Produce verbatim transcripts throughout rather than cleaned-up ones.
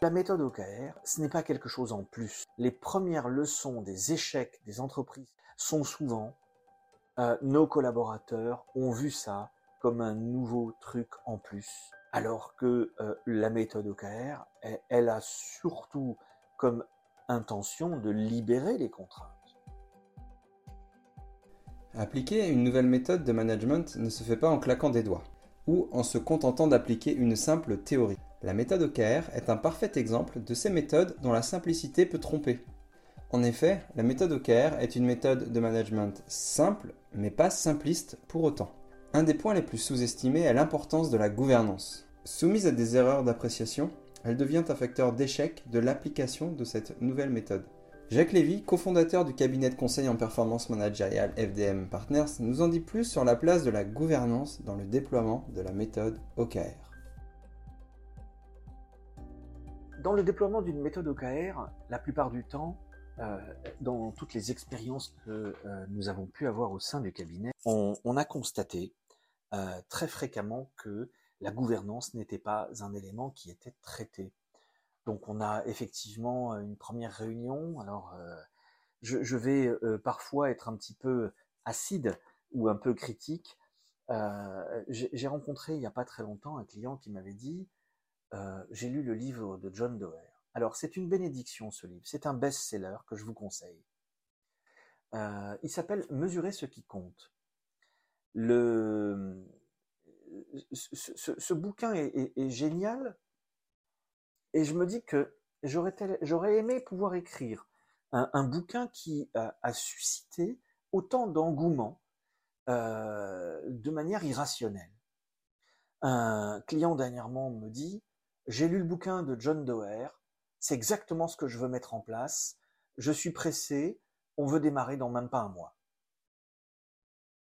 La méthode O K R, ce n'est pas quelque chose en plus. Les premières leçons des échecs des entreprises sont souvent euh, nos collaborateurs ont vu ça comme un nouveau truc en plus. Alors que euh, la méthode O K R, elle, elle a surtout comme intention de libérer les contraintes. Appliquer une nouvelle méthode de management ne se fait pas en claquant des doigts, ou en se contentant d'appliquer une simple théorie. La méthode O K R est un parfait exemple de ces méthodes dont la simplicité peut tromper. En effet, la méthode O K R est une méthode de management simple, mais pas simpliste pour autant. Un des points les plus sous-estimés est l'importance de la gouvernance. Soumise à des erreurs d'appréciation, elle devient un facteur d'échec de l'application de cette nouvelle méthode. Jacques Lévy, cofondateur du cabinet de conseil en performance managériale F D M Partners, nous en dit plus sur la place de la gouvernance dans le déploiement de la méthode O K R. Dans le déploiement d'une méthode O K R, la plupart du temps, euh, dans toutes les expériences que euh, nous avons pu avoir au sein du cabinet, on, on a constaté euh, très fréquemment que la gouvernance n'était pas un élément qui était traité. Donc on a effectivement une première réunion. Alors euh, je, je vais euh, parfois être un petit peu acide ou un peu critique. Euh, j'ai, j'ai rencontré il n'y a pas très longtemps un client qui m'avait dit euh, j'ai lu le livre de John Doerr. Alors c'est une bénédiction ce livre, c'est un best-seller que je vous conseille. Euh, il s'appelle Mesurer ce qui compte. Le, ce, ce, ce bouquin est, est, est génial. Et je me dis que j'aurais, tel, j'aurais aimé pouvoir écrire un, un bouquin qui a, a suscité autant d'engouement euh, de manière irrationnelle. Un client dernièrement me dit « J'ai lu le bouquin de John Doerr, c'est exactement ce que je veux mettre en place, je suis pressé, on veut démarrer dans même pas un mois. Euh, »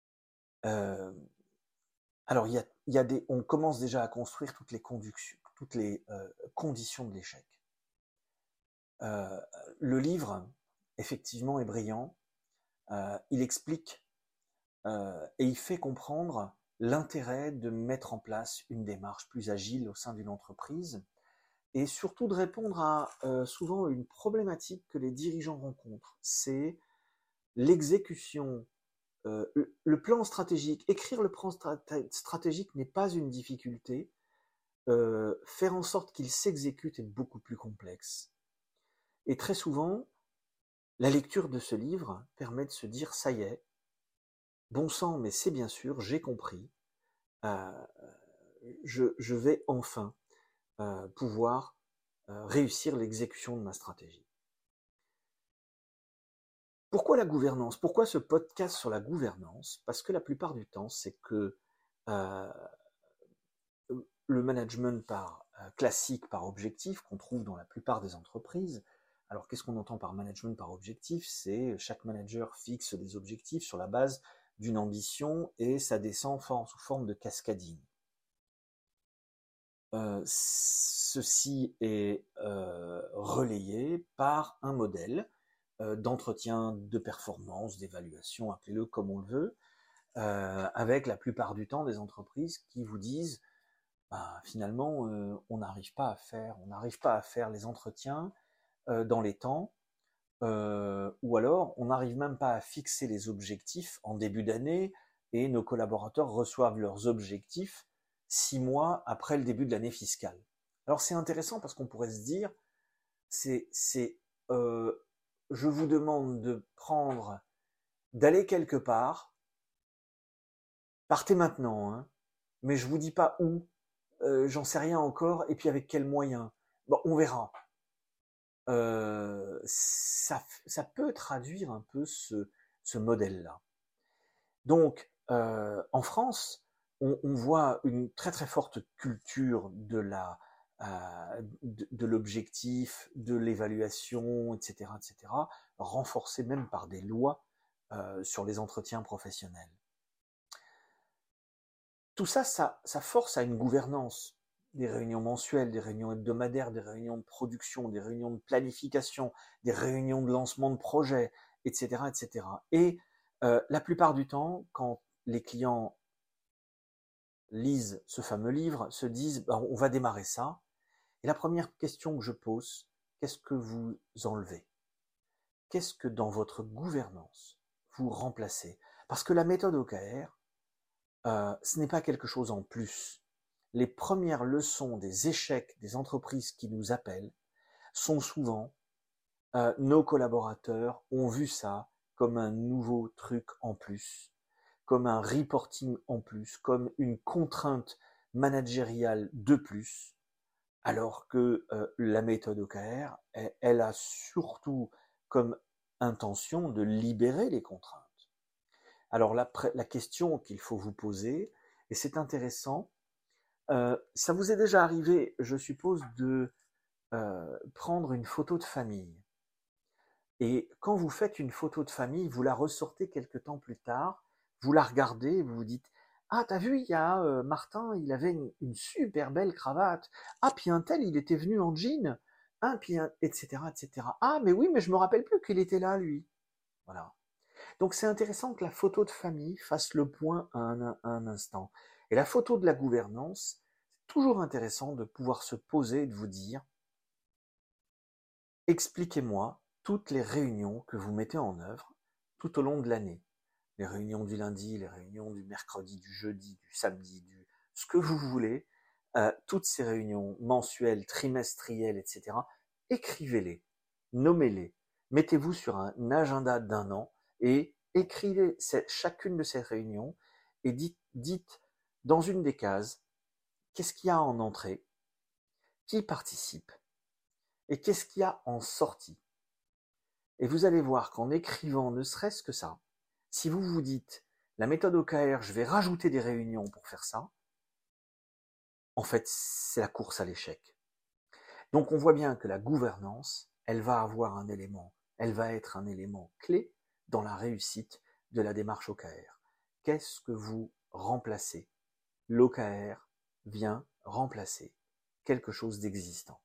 Alors, il y a, il y a des, on commence déjà à construire toutes les, conductions, toutes les euh, conditions de l'échec. Euh, le livre, effectivement, est brillant. Euh, il explique euh, et il fait comprendre l'intérêt de mettre en place une démarche plus agile au sein d'une entreprise et surtout de répondre à euh, souvent une problématique que les dirigeants rencontrent. C'est l'exécution, euh, le, le plan stratégique. Écrire le plan stratégique n'est pas une difficulté. Euh, faire en sorte qu'il s'exécute est beaucoup plus complexe. Et très souvent, la lecture de ce livre permet de se dire « ça y est, bon sang, mais c'est bien sûr, j'ai compris, euh, je, je vais enfin euh, pouvoir euh, réussir l'exécution de ma stratégie. » Pourquoi la gouvernance? Pourquoi ce podcast sur la gouvernance? Parce que la plupart du temps, c'est que euh, le management par euh, classique, par objectif, qu'on trouve dans la plupart des entreprises. Alors, qu'est-ce qu'on entend par management par objectif? C'est chaque manager fixe des objectifs sur la base d'une ambition et ça descend sous forme de cascading. Euh, ceci est euh, relayé par un modèle euh, d'entretien de performance, d'évaluation, appelez-le comme on le veut, euh, avec la plupart du temps des entreprises qui vous disent bah, finalement euh, on n'arrive pas à faire, on n'arrive pas à faire les entretiens euh, dans les temps, euh, ou alors on n'arrive même pas à fixer les objectifs en début d'année et nos collaborateurs reçoivent leurs objectifs six mois après le début de l'année fiscale. Alors c'est intéressant parce qu'on pourrait se dire, c'est, c'est, euh, je vous demande de prendre, d'aller quelque part, partez maintenant, hein, mais je vous dis pas où, euh, j'en sais rien encore, et puis avec quels moyens. Bon, on verra. Euh, ça, ça peut traduire un peu ce, ce modèle-là. Donc, euh, en France, on, on voit une très très forte culture de la euh, de, de l'objectif, de l'évaluation, et cetera, et cetera, renforcée même par des lois euh, sur les entretiens professionnels. Tout ça, ça, ça force à une gouvernance. Des réunions mensuelles, des réunions hebdomadaires, des réunions de production, des réunions de planification, des réunions de lancement de projets, et cetera, et cetera. Et euh, la plupart du temps, quand les clients lisent ce fameux livre, se disent bah, on va démarrer ça, Et la première question que je pose, qu'est-ce que vous enlevez? Qu'est-ce que dans votre gouvernance vous remplacez? Parce que la méthode O K R, euh, ce n'est pas quelque chose en plus. Les premières leçons des échecs des entreprises qui nous appellent sont souvent euh, nos collaborateurs ont vu ça comme un nouveau truc en plus, comme un reporting en plus, comme une contrainte managériale de plus, alors que euh, la méthode O K R, elle, elle a surtout comme intention de libérer les contraintes. Alors la, la question qu'il faut vous poser, et c'est intéressant, euh, ça vous est déjà arrivé, je suppose, de euh, prendre une photo de famille. Et quand vous faites une photo de famille, vous la ressortez quelque temps plus tard, vous la regardez, vous vous dites « Ah, t'as vu, il y a euh, Martin, il avait une, une super belle cravate. Ah, puis un tel, il était venu en jean. Ah, puis un... et cetera, et cetera. Ah, mais oui, mais je me rappelle plus qu'il était là, lui. » Voilà. Donc c'est intéressant que la photo de famille fasse le point à un, à un instant. Et la photo de la gouvernance, c'est toujours intéressant de pouvoir se poser et de vous dire « Expliquez-moi toutes les réunions que vous mettez en œuvre tout au long de l'année. Les réunions du lundi, les réunions du mercredi, du jeudi, du samedi, du ce que vous voulez, euh, toutes ces réunions mensuelles, trimestrielles, et cetera. Écrivez-les, nommez-les, mettez-vous sur un agenda d'un an et écrivez cette, chacune de ces réunions et dites, dites dans une des cases qu'est-ce qu'il y a en entrée, qui participe et qu'est-ce qu'il y a en sortie. Et vous allez voir qu'en écrivant ne serait-ce que ça, si vous vous dites, la méthode O K R, je vais rajouter des réunions pour faire ça, en fait, c'est la course à l'échec. Donc on voit bien que la gouvernance, elle va avoir un élément, elle va être un élément clé dans la réussite de la démarche O K R. Qu'est-ce que vous remplacez? L'O K R vient remplacer quelque chose d'existant.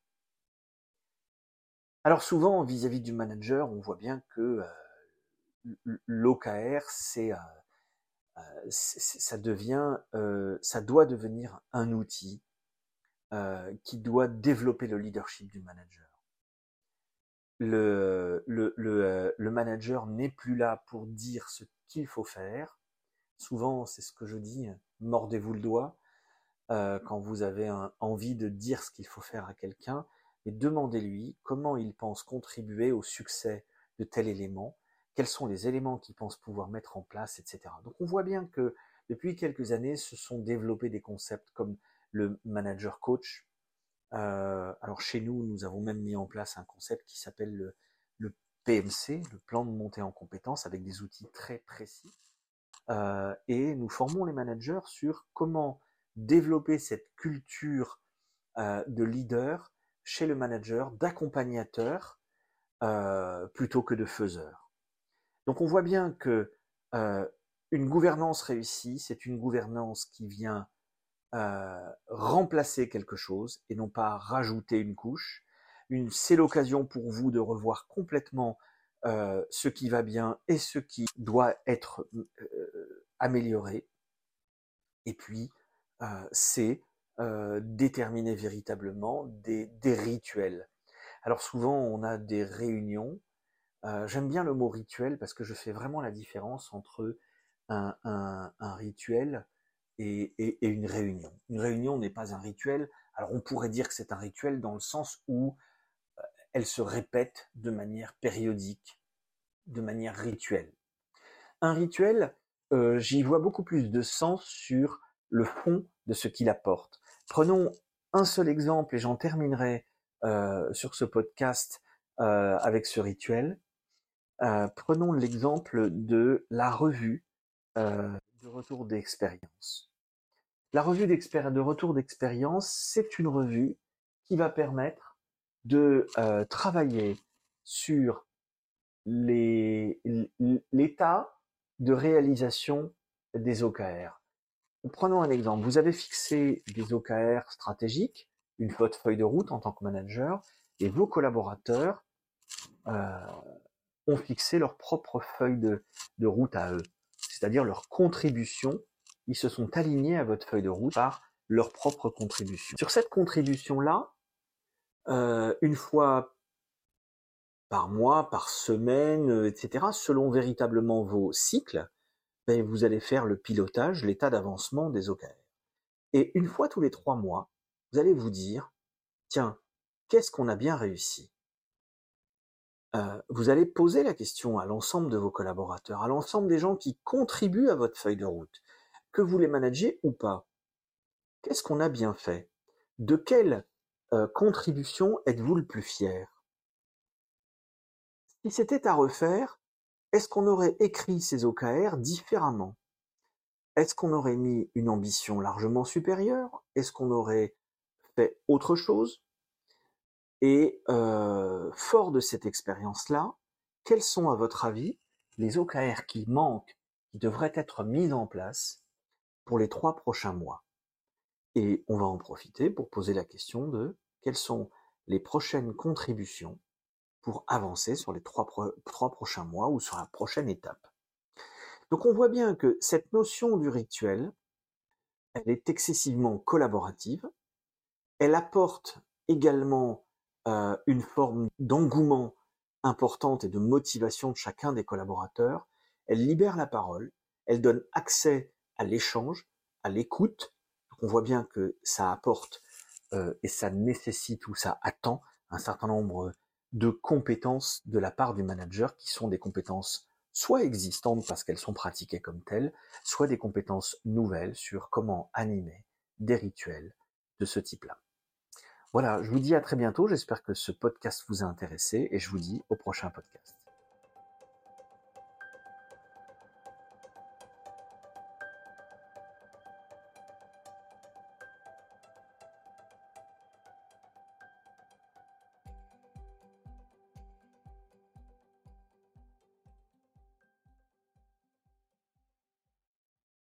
Alors souvent, vis-à-vis du manager, on voit bien que euh, l'O K R, c'est, euh, c'est, ça devient, euh, ça doit devenir un outil euh, qui doit développer le leadership du manager. Le, le, le, euh, le manager n'est plus là pour dire ce qu'il faut faire. Souvent, c'est ce que je dis, mordez-vous le doigt euh, quand vous avez un, envie de dire ce qu'il faut faire à quelqu'un. Et demandez-lui comment il pense contribuer au succès de tel élément, quels sont les éléments qu'il pense pouvoir mettre en place, et cetera. Donc on voit bien que depuis quelques années, se sont développés des concepts comme le manager coach. Euh, alors chez nous, nous avons même mis en place un concept qui s'appelle le, le P M C, le plan de montée en compétences, avec des outils très précis. Euh, et nous formons les managers sur comment développer cette culture euh, de leader chez le manager, d'accompagnateur, euh, plutôt que de faiseur. Donc on voit bien que euh, une gouvernance réussie, c'est une gouvernance qui vient euh, remplacer quelque chose et non pas rajouter une couche. Une, c'est l'occasion pour vous de revoir complètement euh, ce qui va bien et ce qui doit être euh, amélioré. Et puis, euh, c'est euh, déterminer véritablement des, des rituels. Alors souvent, on a des réunions. Euh, j'aime bien le mot rituel parce que je fais vraiment la différence entre un, un, un rituel et, et, et une réunion. Une réunion n'est pas un rituel. Alors on pourrait dire que c'est un rituel dans le sens où euh, elle se répète de manière périodique, de manière rituelle. Un rituel, euh, j'y vois beaucoup plus de sens sur le fond de ce qu'il apporte. Prenons un seul exemple et j'en terminerai euh, sur ce podcast euh, avec ce rituel. Euh, prenons l'exemple de la revue euh, de retour d'expérience. La revue de retour d'expérience, c'est une revue qui va permettre de euh, travailler sur les, l'état de réalisation des O K R. Prenons un exemple. Vous avez fixé des O K R stratégiques, une votre feuille de route en tant que manager, et vos collaborateurs euh, ont fixé leur propre feuille de, de route à eux, c'est-à-dire leur contribution. Ils se sont alignés à votre feuille de route par leur propre contribution. Sur cette contribution-là, euh, une fois par mois, par semaine, euh, et cetera, selon véritablement vos cycles, ben, vous allez faire le pilotage, l'état d'avancement des O K R. Et une fois tous les trois mois, vous allez vous dire, tiens, qu'est-ce qu'on a bien réussi? euh, Vous allez poser la question à l'ensemble de vos collaborateurs, à l'ensemble des gens qui contribuent à votre feuille de route, que vous les managez ou pas. Qu'est-ce qu'on a bien fait? De quelle euh, contribution êtes-vous le plus fier? Si c'était à refaire, est-ce qu'on aurait écrit ces O K R différemment? Est-ce qu'on aurait mis une ambition largement supérieure? Est-ce qu'on aurait fait autre chose? Et euh, fort de cette expérience-là, quels sont, à votre avis, les O K R qui manquent, qui devraient être mis en place pour les trois prochains mois? Et on va en profiter pour poser la question de quelles sont les prochaines contributions pour avancer sur les trois, pro- trois prochains mois ou sur la prochaine étape. Donc on voit bien que cette notion du rituel, elle est excessivement collaborative, elle apporte également euh, une forme d'engouement importante et de motivation de chacun des collaborateurs, elle libère la parole, elle donne accès à l'échange, à l'écoute. Donc on voit bien que ça apporte euh, et ça nécessite ou ça attend un certain nombre de compétences de la part du manager qui sont des compétences soit existantes parce qu'elles sont pratiquées comme telles, soit des compétences nouvelles sur comment animer des rituels de ce type-là. Voilà, je vous dis à très bientôt, j'espère que ce podcast vous a intéressé et je vous dis au prochain podcast.